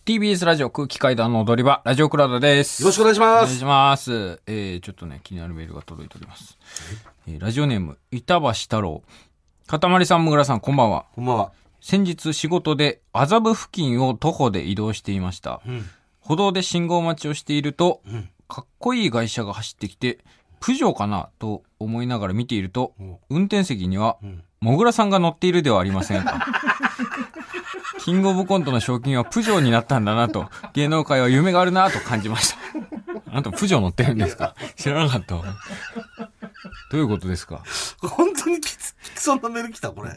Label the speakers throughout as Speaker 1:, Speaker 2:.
Speaker 1: TBS ラジオ空気階段の踊り場、ラジオクラウドです。
Speaker 2: よろしくお願いします。
Speaker 1: お願いします。ちょっとね、気になるメールが届いております。ラジオネーム、板橋太郎。かたまりさん、もぐらさん、こんばんは。
Speaker 2: こんばんは。
Speaker 1: 先日仕事で麻布付近を徒歩で移動していました。歩道で信号待ちをしていると、かっこいい外車が走ってきて、プジョーかなと思いながら見ていると、運転席には、もぐらさんが乗っているではありませんか。キングオブコントの賞金はプジョーになったんだなと、芸能界は夢があるなと感じました。あなたプジョー乗ってるんですか？知らなかった。どういうことですか？
Speaker 2: 本当にきつそうなメール来たこれ。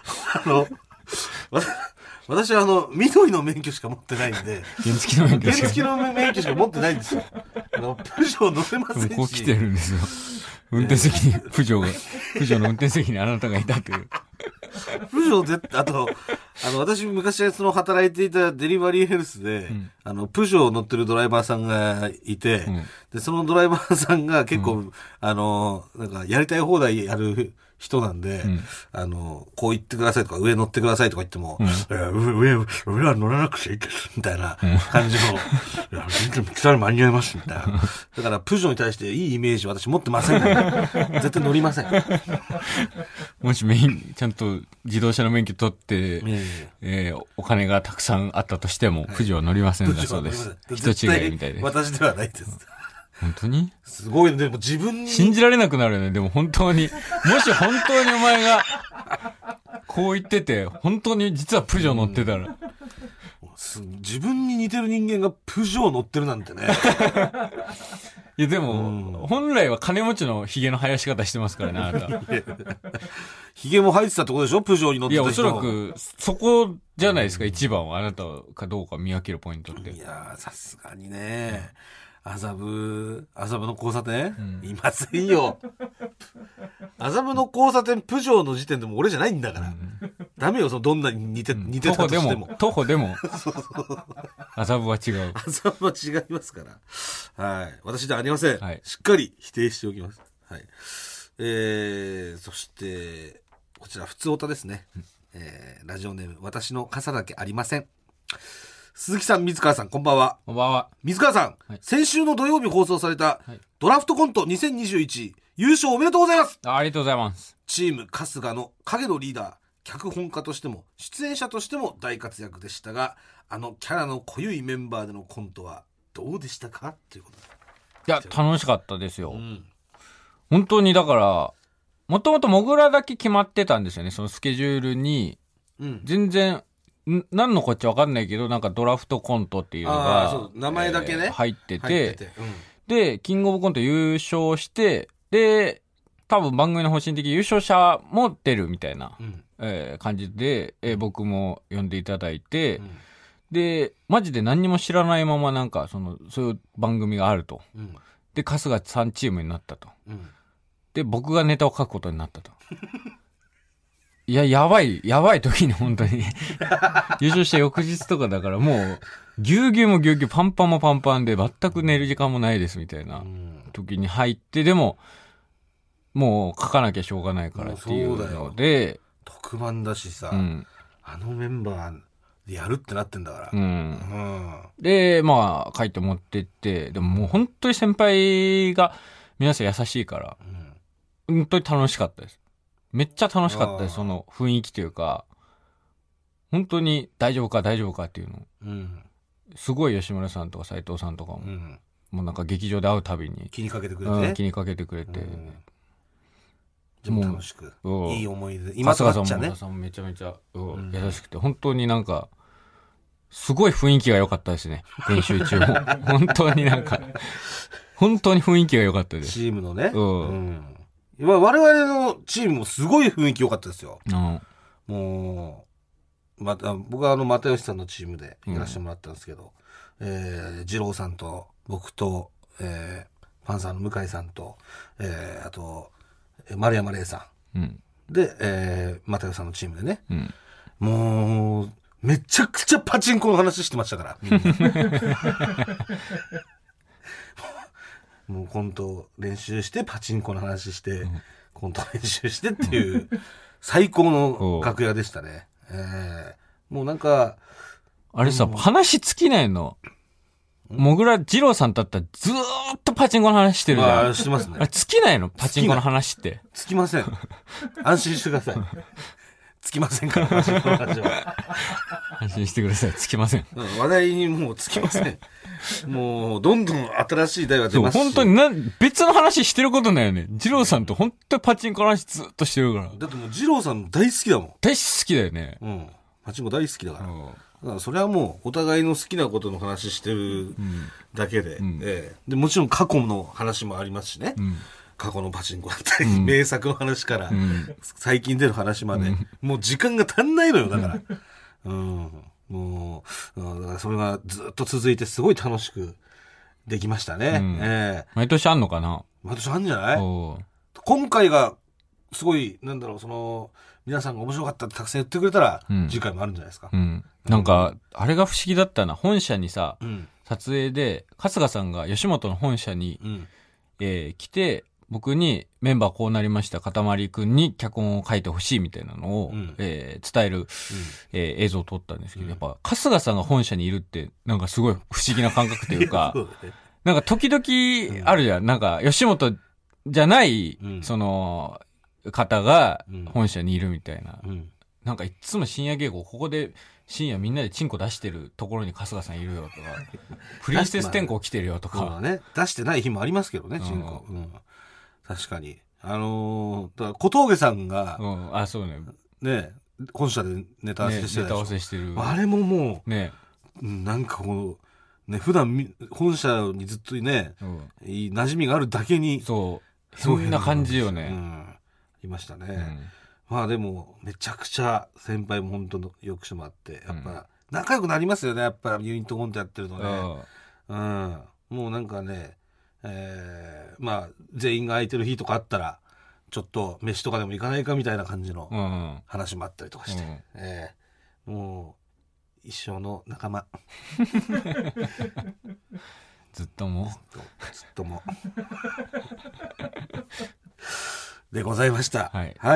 Speaker 2: 私は緑の免許しか持ってないんで、
Speaker 1: 原付の免許し
Speaker 2: か持ってないんですよ。プジョー乗れませんし。
Speaker 1: こう来てるんですよ。運転席にプジョーの運転席にあなたがいたという。
Speaker 2: プジョーあと、私昔働いていたデリバリーヘルスで、プジョー乗ってるドライバーさんがいて、で、そのドライバーさんが結構、なんかやりたい放題やる人なんで、こう言ってくださいとか、上乗ってくださいとか言っても、上は乗らなくていいです、みたいな感じの、全然来たら間に合います、みたいな。だから、プジョーに対していいイメージ私持ってませんから、絶対乗りません。
Speaker 1: もしちゃんと自動車の免許取って、お金がたくさんあったとしても、プジョーは乗りませんだそうです。人違いみたいです。
Speaker 2: 私ではないです。
Speaker 1: 本当に
Speaker 2: すごいね。でも自分に。
Speaker 1: 信じられなくなるよね。でも本当に。もし本当にお前が、こう言ってて、本当に実はプジョー乗ってたら。
Speaker 2: 自分に似てる人間がプジョー乗ってるなんてね。
Speaker 1: いやでも、本来は金持ちのヒゲの生やし方してますからね、あなた。
Speaker 2: ヒゲも生えてたってことでしょ？プジョーに乗ってた人。
Speaker 1: いや、おそらく、そこじゃないですか、一番は。あなたかどうか見分けるポイントって。
Speaker 2: いやー、さすがにね。麻布の交差点、いませんよ。麻布の交差点プジョーの時点でも俺じゃないんだから。ダメよ、どんなに似てたとしても。
Speaker 1: 徒歩でも。麻布は違う。
Speaker 2: 麻布は違いますから。はい。私ではありません。
Speaker 1: はい、
Speaker 2: しっかり否定しておきます。はい。そして、こちら、普通オタですね。ラジオネーム、私の傘だけありません。鈴木さん、水川さん、こんばんは。
Speaker 1: こんばんは。
Speaker 2: 水川さん、はい、先週の土曜日放送された、ドラフトコント2021優勝おめでとうございます。
Speaker 1: ありがとうございます。
Speaker 2: チーム春日の影のリーダー、脚本家としても出演者としても大活躍でしたが、キャラの濃ゆいメンバーでのコントはどうでしたかということで。
Speaker 1: いや、楽しかったですよ。本当にだから、もともとモグラだけ決まってたんですよね、そのスケジュールに。全然、何のこっちゃ分かんないけど、なんかドラフトコントっていうのが、
Speaker 2: 名前だけね、
Speaker 1: 入ってて、で、キングオブコント優勝して、で、多分番組の方針的に優勝者も出るみたいな、感じで、僕も呼んでいただいて、で、マジで何にも知らないままなんか、そういう番組があると。で、春日3チームになったと。で、僕がネタを書くことになったと。いや、やばい時に本当に優勝した翌日とかだからもう、ぎゅうぎゅうもぎゅうぎゅう、パンパンもパンパンで、全く寝る時間もないですみたいな時に入って、でも、もう書かなきゃしょうがないからっていうので、
Speaker 2: 特番だしさ、あのメンバーでやるってなってんだから。
Speaker 1: で、まあ、書いて持ってって、でももう本当に先輩が皆さん優しいから、本当に楽しかったです。めっちゃ楽しかったです、その雰囲気というか、本当に大丈夫かっていうの。すごい吉村さんとか斉藤さんとかも、もうなんか劇場で会うたびに。
Speaker 2: 気にかけてくれて。
Speaker 1: 気にかけてくれて。
Speaker 2: でも楽しく。いい思い出。今となっちゃね。
Speaker 1: 春日さんもめちゃめちゃ優しくて、本当になんか、すごい雰囲気が良かったですね。練習中も。本当になんか、本当に雰囲気が良かったです。
Speaker 2: チームのね。我々のチームもすごい雰囲気良かったですよ。もう、僕は又吉さんのチームでやらせてもらったんですけど、二郎さんと僕と、パンサーの向井さんと、あと、丸山礼さん。で、又吉さんのチームでね。もう、めちゃくちゃパチンコの話してましたから。もうコント練習してパチンコの話して、コント練習してっていう最高の楽屋でしたね。もうなんか
Speaker 1: あれさ、話尽きないの。もぐら二郎さんだったらずーっとパチンコの話してるじゃん。
Speaker 2: してますね。
Speaker 1: あれ尽きないのパチンコの話って。
Speaker 2: 尽きません。安心してください。尽きませんから、パチンコの話は。
Speaker 1: 安心してください。尽きません。
Speaker 2: 話題にもう尽きません。もう、どんどん新しい題が出ますし。
Speaker 1: 本当に別の話してることないよね。二郎さんと本当にパチンコの話ずっとしてるから。
Speaker 2: だってもう二郎さん大好きだもん。
Speaker 1: 大好きだよね。
Speaker 2: うん。パチンコ大好きだから。だからそれはもうお互いの好きなことの話してるだけで、でもちろん過去の話もありますしね、過去のパチンコだったり、名作の話から、最近出る話まで、もう時間が足んないのよだから、もう、だからそれがずっと続いてすごい楽しくできましたね、
Speaker 1: 毎年あんのかな。
Speaker 2: 毎年あんじゃない。今回がすごいなんだろう、その皆さんが面白かったってたくさん言ってくれたら、次回もあるんじゃないですか。
Speaker 1: なんか、あれが不思議だったな。本社にさ、撮影で、春日さんが吉本の本社に、来て、僕にメンバーこうなりました、かたまりくんに脚本を書いてほしいみたいなのを、伝える、映像を撮ったんですけど、やっぱ春日さんが本社にいるって、なんかすごい不思議な感覚というか、なんか時々あるじゃん。なんか吉本じゃない、その、方が本社にいるみたいな。なんかいつも深夜稽古、ここで深夜みんなでチンコ出してるところに春日さんいるよとか、プリンセス天候来てるよとか。
Speaker 2: ね、出してない日もありますけどね、チンコ。確かに。だから小峠さんが、
Speaker 1: そうね。
Speaker 2: ね、本社でネタ合わせしてる。
Speaker 1: ネタ合わせしてる。
Speaker 2: あれももう、
Speaker 1: ね、
Speaker 2: なんかこう、ね、普段本社にずっとね、馴染みがあるだけに、
Speaker 1: そう、そんな感じよね。
Speaker 2: いましたね。まあでも、めちゃくちゃ先輩も本当のよくしてもらって、やっぱ、仲良くなりますよね、やっぱユニットコントやってるとね。もうなんかね、まあ、全員が空いてる日とかあったら、ちょっと飯とかでも行かないかみたいな感じの話もあったりとかして、もう、一生の仲間。
Speaker 1: ずっとも。
Speaker 2: ずっとも。でございました。
Speaker 1: はい。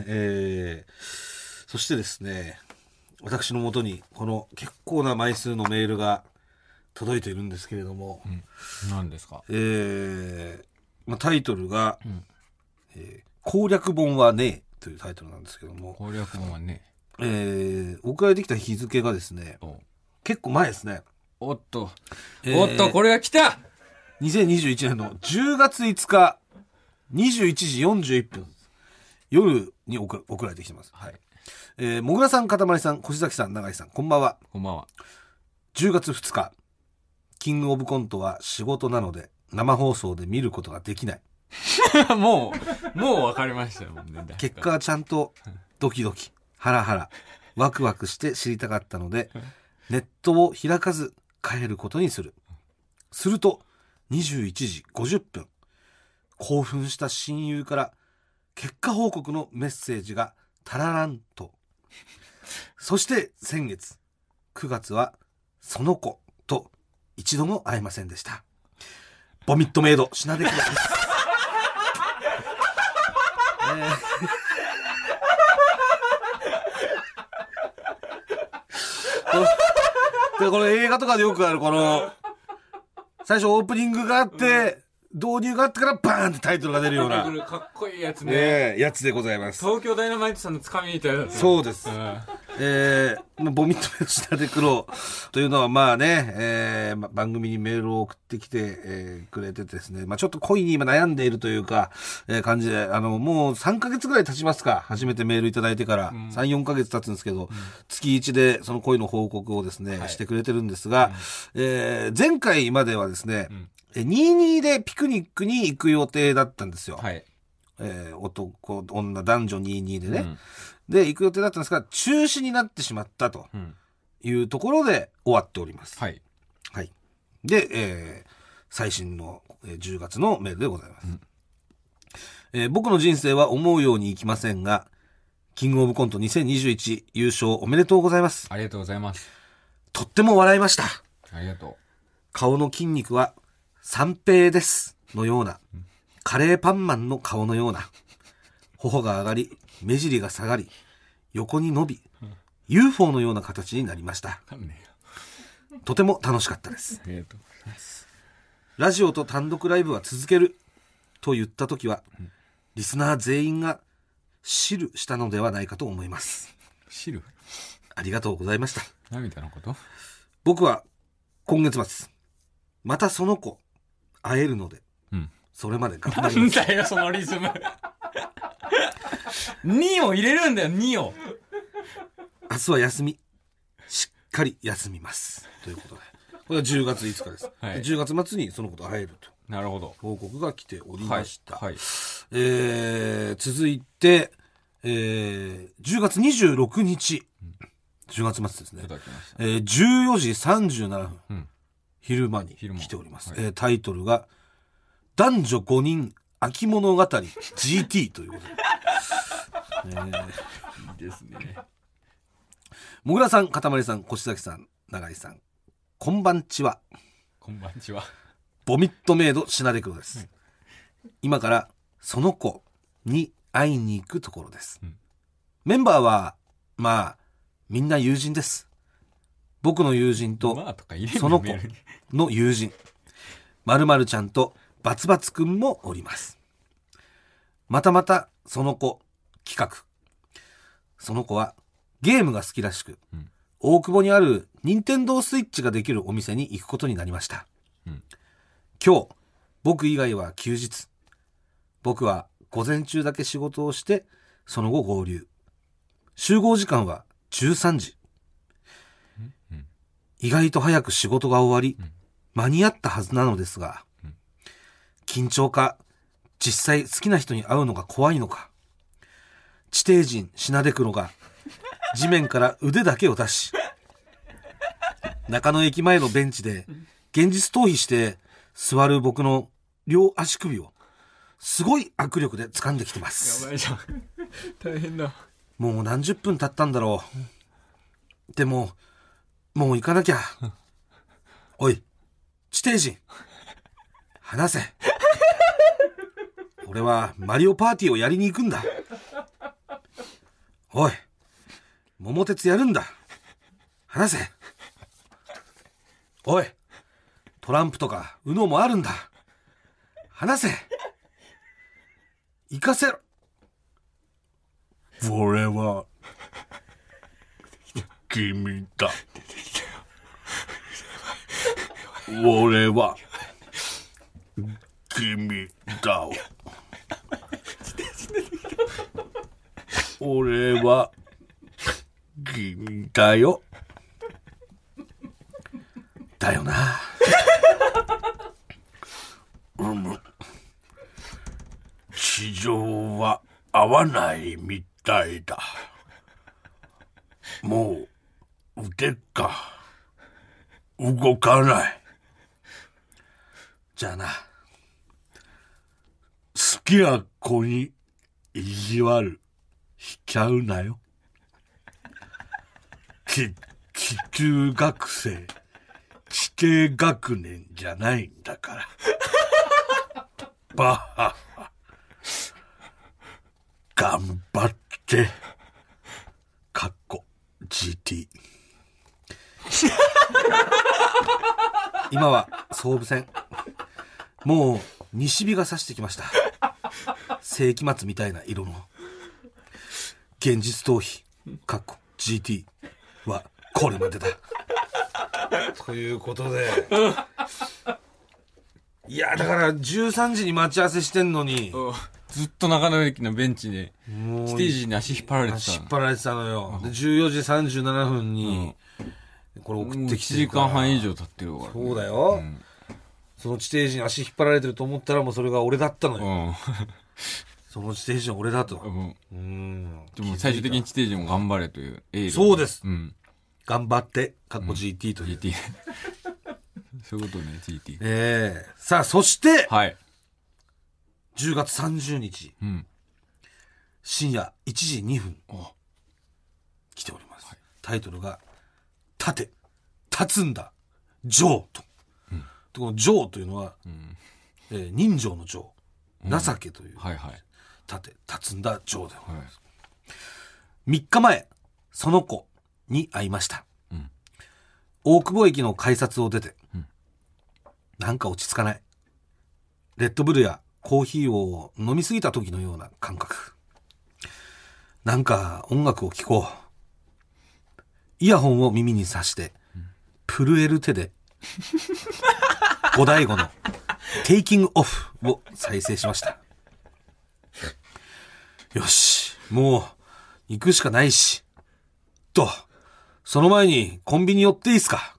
Speaker 2: そしてですね、私のもとにこの結構な枚数のメールが届いているんですけれども、
Speaker 1: 何ですか。
Speaker 2: タイトルが、攻略本はねえというタイトルなんですけども、
Speaker 1: 攻略本はね
Speaker 2: え、送られてきた日付がですね、結構前ですね。
Speaker 1: おっと、これが来た。
Speaker 2: 2021年の10月5日21時41分夜に送られてきてます。もぐらさん、かたまりさん、越崎さん、永井さん、こんばんは。
Speaker 1: こんばんは。
Speaker 2: 10月2日、キングオブコントは仕事なので生放送で見ることができない。
Speaker 1: もう分かりましたもんね。
Speaker 2: 結果はちゃんとドキドキ、ハラハラ、ワクワクして知りたかったので、ネットを開かず帰ることにする。すると、21時50分、興奮した親友から結果報告のメッセージがタラランと。そして先月9月はその子と一度も会えませんでした。ボミットメイド品出来です。この映画とかでよくあるこの最初オープニングがあって、導入があってからバーンってタイトルが出るような
Speaker 1: かっこいいやつね。
Speaker 2: やつでございます。
Speaker 1: 東京ダイナマイトさんのつかみみたいな。
Speaker 2: そうです。ボミットメイド品出黒というのはまあね、番組にメールを送ってきて、くれてですね、ちょっと恋に今悩んでいるというか、感じで、もう3ヶ月ぐらい経ちますか。初めてメールいただいてから、3、4ヶ月経つんですけど、月1でその恋の報告をですね、してくれてるんですが、前回まではですね、22でピクニックに行く予定だったんですよ。男、女、男女22でね。で、行く予定だったんですが、中止になってしまったというところで終わっております。で、最新の10月のメールでございます。僕の人生は思うようにいきませんが、キングオブコント2021優勝おめでとうございます。
Speaker 1: ありがとうございます。
Speaker 2: とっても笑いました。
Speaker 1: ありがとう。
Speaker 2: 顔の筋肉は三平ですのような、カレーパンマンの顔のような、頬が上がり、目尻が下がり、横に伸び、 UFO のような形になりました。
Speaker 1: わかんねえよ。
Speaker 2: とても楽しかったです。
Speaker 1: ありがとうございます。
Speaker 2: ラジオと単独ライブは続けると言ったときは、リスナー全員が知るしたのではないかと思います。
Speaker 1: 知る？
Speaker 2: ありがとうございました。
Speaker 1: 何みたいなこと？
Speaker 2: 僕は今月末またその子会えるので、それまで頑張ります。
Speaker 1: なんだよそのリズム。2を入れるんだよ、2を。
Speaker 2: 明日は休み、しっかり休みますということで、これは10月5日です、はい、10月末にその子と会えると、
Speaker 1: なるほど、
Speaker 2: 報告が来ておりました、
Speaker 1: はいはい。
Speaker 2: 続いて、10月26日、10月末ですね、14時37分、昼間に来ております、はい、タイトルが男女5人秋物語 GT ということで、いいですね。もぐらさん、かたまりさん、越崎さん、永井さん、こんばんちは。
Speaker 1: こんばんちは。
Speaker 2: ボミットメイドシナデクロです、はい、今からその子に会いに行くところです、メンバーはまあみんな友人です。僕の友人とその子の友人、まるまるちゃんとバツバツくんもおります。またその子企画。その子はゲームが好きらしく、大久保にある任天堂スイッチができるお店に行くことになりました、今日僕以外は休日。僕は午前中だけ仕事をしてその後合流。集合時間は13時、意外と早く仕事が終わり、間に合ったはずなのですが、緊張か実際好きな人に会うのが怖いのか、地底人シナデクロが地面から腕だけを出し、中野駅前のベンチで現実逃避して座る僕の両足首をすごい握力で掴んできてます。
Speaker 1: やばいじゃん。大変だ。
Speaker 2: もう何十分経ったんだろう。でももう行かなきゃ。おい地底人、話せ。俺はマリオパーティーをやりに行くんだ。おい桃鉄やるんだ。話せ。おいトランプとかウノもあるんだ。話せ。行かせろ。俺は君だ。俺は君だ。俺は君だよ。だよな。地上は合わないみたいだ。もう腕が動かない。じゃあな、好きな子に意地悪しちゃうなよ。中学生地底学年じゃないんだから。バハハ。頑張ってかっこ GT。 今は総武線、もう西日が差してきました。世紀末みたいな色の現実逃避かっこ GT はこれまでだ。ということで、いやだから13時に待ち合わせしてんのに、
Speaker 1: ずっと中野駅のベンチでステージに足引っ張られてた。
Speaker 2: 足引っ張られてたのよ。で14時37分にこれ送ってきてるから、
Speaker 1: 1時間半以上経ってるから、ね、
Speaker 2: そうだよ、その地底人に足引っ張られてると思ったらもうそれが俺だったのよ、その地底人は俺だと、
Speaker 1: でも最終的に地底人も頑張れというエール。
Speaker 2: そうです、頑張ってかっこ GT という、
Speaker 1: GT そういうことね、GT。
Speaker 2: さあそして、
Speaker 1: はい、
Speaker 2: 10月30日、深夜1時2分来ております、タイトルが立つんだジョーと、このジョーというのは、人情の情、情けという、立つんだジョーでございます、3日前その子に会いました。大久保駅の改札を出て、なんか落ち着かない。レッドブルやコーヒーを飲みすぎた時のような感覚。なんか音楽を聴こう。イヤホンを耳にさして、震える手で、ゴダイゴのテイキングオフを再生しました。よし、もう行くしかないし。と、その前にコンビニ寄っていいっすか？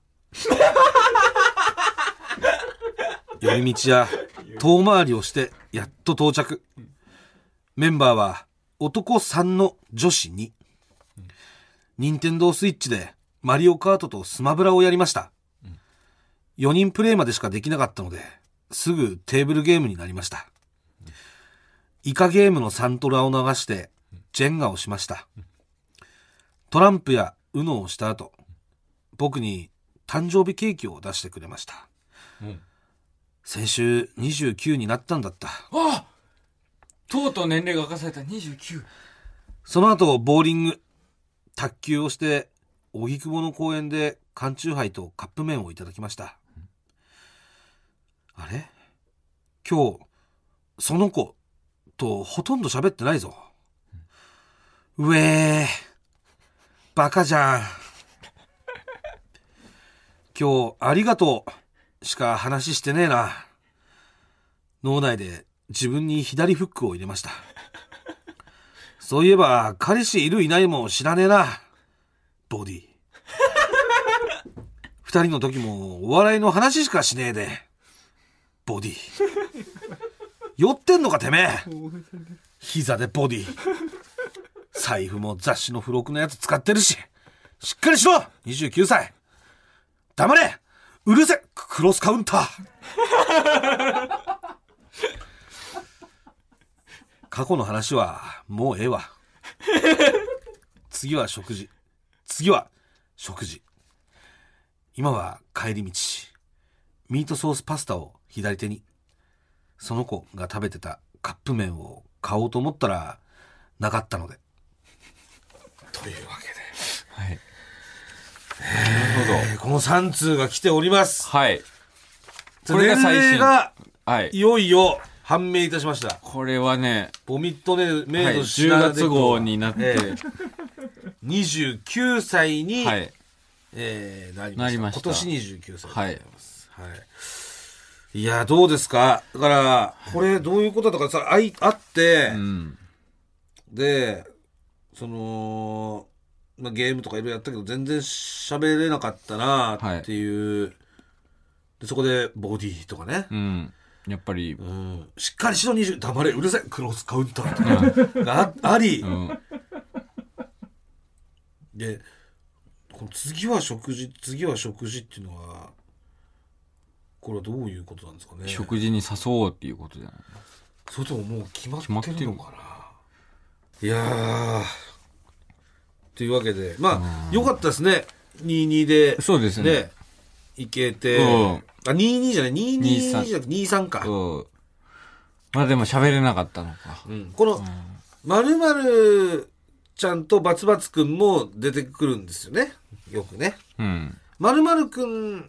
Speaker 2: 寄り道や遠回りをしてやっと到着。メンバーは男3の女子2。任天堂スイッチでマリオカートとスマブラをやりました。4人プレイまでしかできなかったので、すぐテーブルゲームになりました。イカゲームのサントラを流してジェンガをしました。トランプやウノをした後、僕に誕生日ケーキを出してくれました。先週29になったんだった。
Speaker 1: あ、とうとう年齢が明かされた。29。
Speaker 2: その後ボーリング、卓球をして荻窪の公園で缶チューハイとカップ麺をいただきました。あれ、今日その子とほとんど喋ってないぞ。うえー、バカじゃん。今日ありがとうしか話してねえな。脳内で自分に左フックを入れました。そういえば彼氏いるいないも知らねえな、ボディ。二人の時もお笑いの話しかしねえで、ボディ。酔ってんのかてめえ。膝でボディ。財布も雑誌の付録のやつ使ってるし、しっかりしろ29歳。黙れ、うるせ、クロスカウンター。過去の話はもうええわ。次は食事。今は帰り道。ミートソースパスタを左手に、その子が食べてたカップ麺を買おうと思ったらなかったので、というわけで、
Speaker 1: はい、なるほど。
Speaker 2: この3通が来ております。
Speaker 1: はい。これが最新
Speaker 2: が、はい、いよいよ判明いたしました。
Speaker 1: これはね、
Speaker 2: ボミットメイド
Speaker 1: 10月号になって、
Speaker 2: 29歳に、
Speaker 1: はい、
Speaker 2: なりました。今年29歳でございます。
Speaker 1: はい。
Speaker 2: はい、いや、どうですか？だから、これどういうことだからさ、会って、で、その、まあ、ゲームとかいろいろやったけど、全然喋れなかったなっていう、で、そこでボディとかね。
Speaker 1: やっぱり、
Speaker 2: しっかりしろ20、黙れ、うるさい、クロスカウンターとかがあり、で、この次は食事っていうのは、これはどういうことなんですかね。
Speaker 1: 食事に誘おうっていうことじゃない。
Speaker 2: それとももう決まってるのかな。いやー、というわけで、まあ、よかったですね。22で。
Speaker 1: そうですね。
Speaker 2: いけて。22じゃない、22じゃなくて23か。
Speaker 1: まあでも喋れなかったのか。
Speaker 2: この、〇〇ちゃんとバツバツくんも出てくるんですよね。よくね。〇〇くん、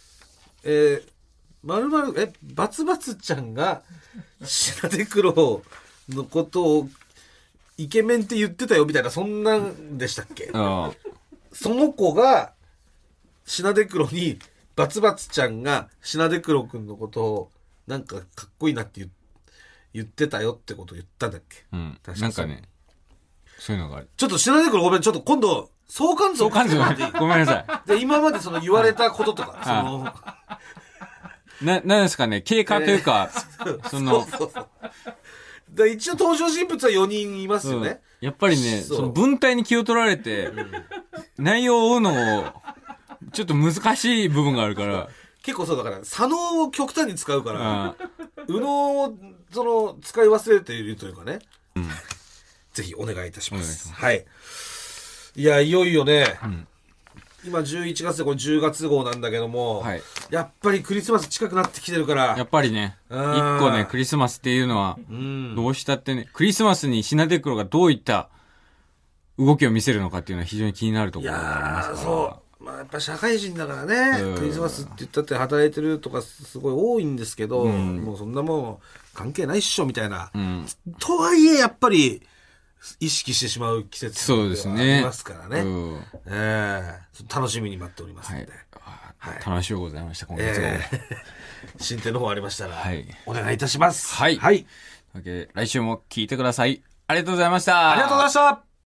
Speaker 2: バツバツちゃんが、シナデクロのことを、イケメンって言ってたよみたいな、そんなんでしたっけ？その子が、シナデクロに、バツバツちゃんがシナデクロくんのことをなんかかっこいいなって言ってたよってことを言ったんだっけ？
Speaker 1: 確かなんかね、そういうのがある。
Speaker 2: ちょっとシナデクロごめん、ちょっと今度相関図を
Speaker 1: ごめんなさ
Speaker 2: い。で、今までその言われたこととか、その
Speaker 1: なんですかね、経過というか、その
Speaker 2: で一応登場人物は4人いますよね。
Speaker 1: やっぱりね、その文体に気を取られて、内容を追うのをちょっと難しい部分があるから。
Speaker 2: 結構そうだから、左脳を極端に使うから、右脳をその使い忘れているというかね。ぜひお願いいたします。はい。いや、いよいよね、今11月でこれ10月号なんだけども、やっぱりクリスマス近くなってきてるから。
Speaker 1: やっぱりね、一個ね、クリスマスっていうのは、どうしたってね、クリスマスにシナデクロがどういった動きを見せるのかっていうのは非常に気になるところがありますから。
Speaker 2: そう。まあやっぱ社会人だからね、クリスマスって言ったって働いてるとかすごい多いんですけど、もうそんなもん関係ないっしょみたいな。とはいえやっぱり意識してしまう季節ではありますからね。楽しみに待っておりますので。
Speaker 1: 楽しゅうございました、今月も。
Speaker 2: 進展の方ありましたら、お願いいたします。
Speaker 1: はい。はい。来週も聞いてください。ありがとうございました。
Speaker 2: ありがとうございました。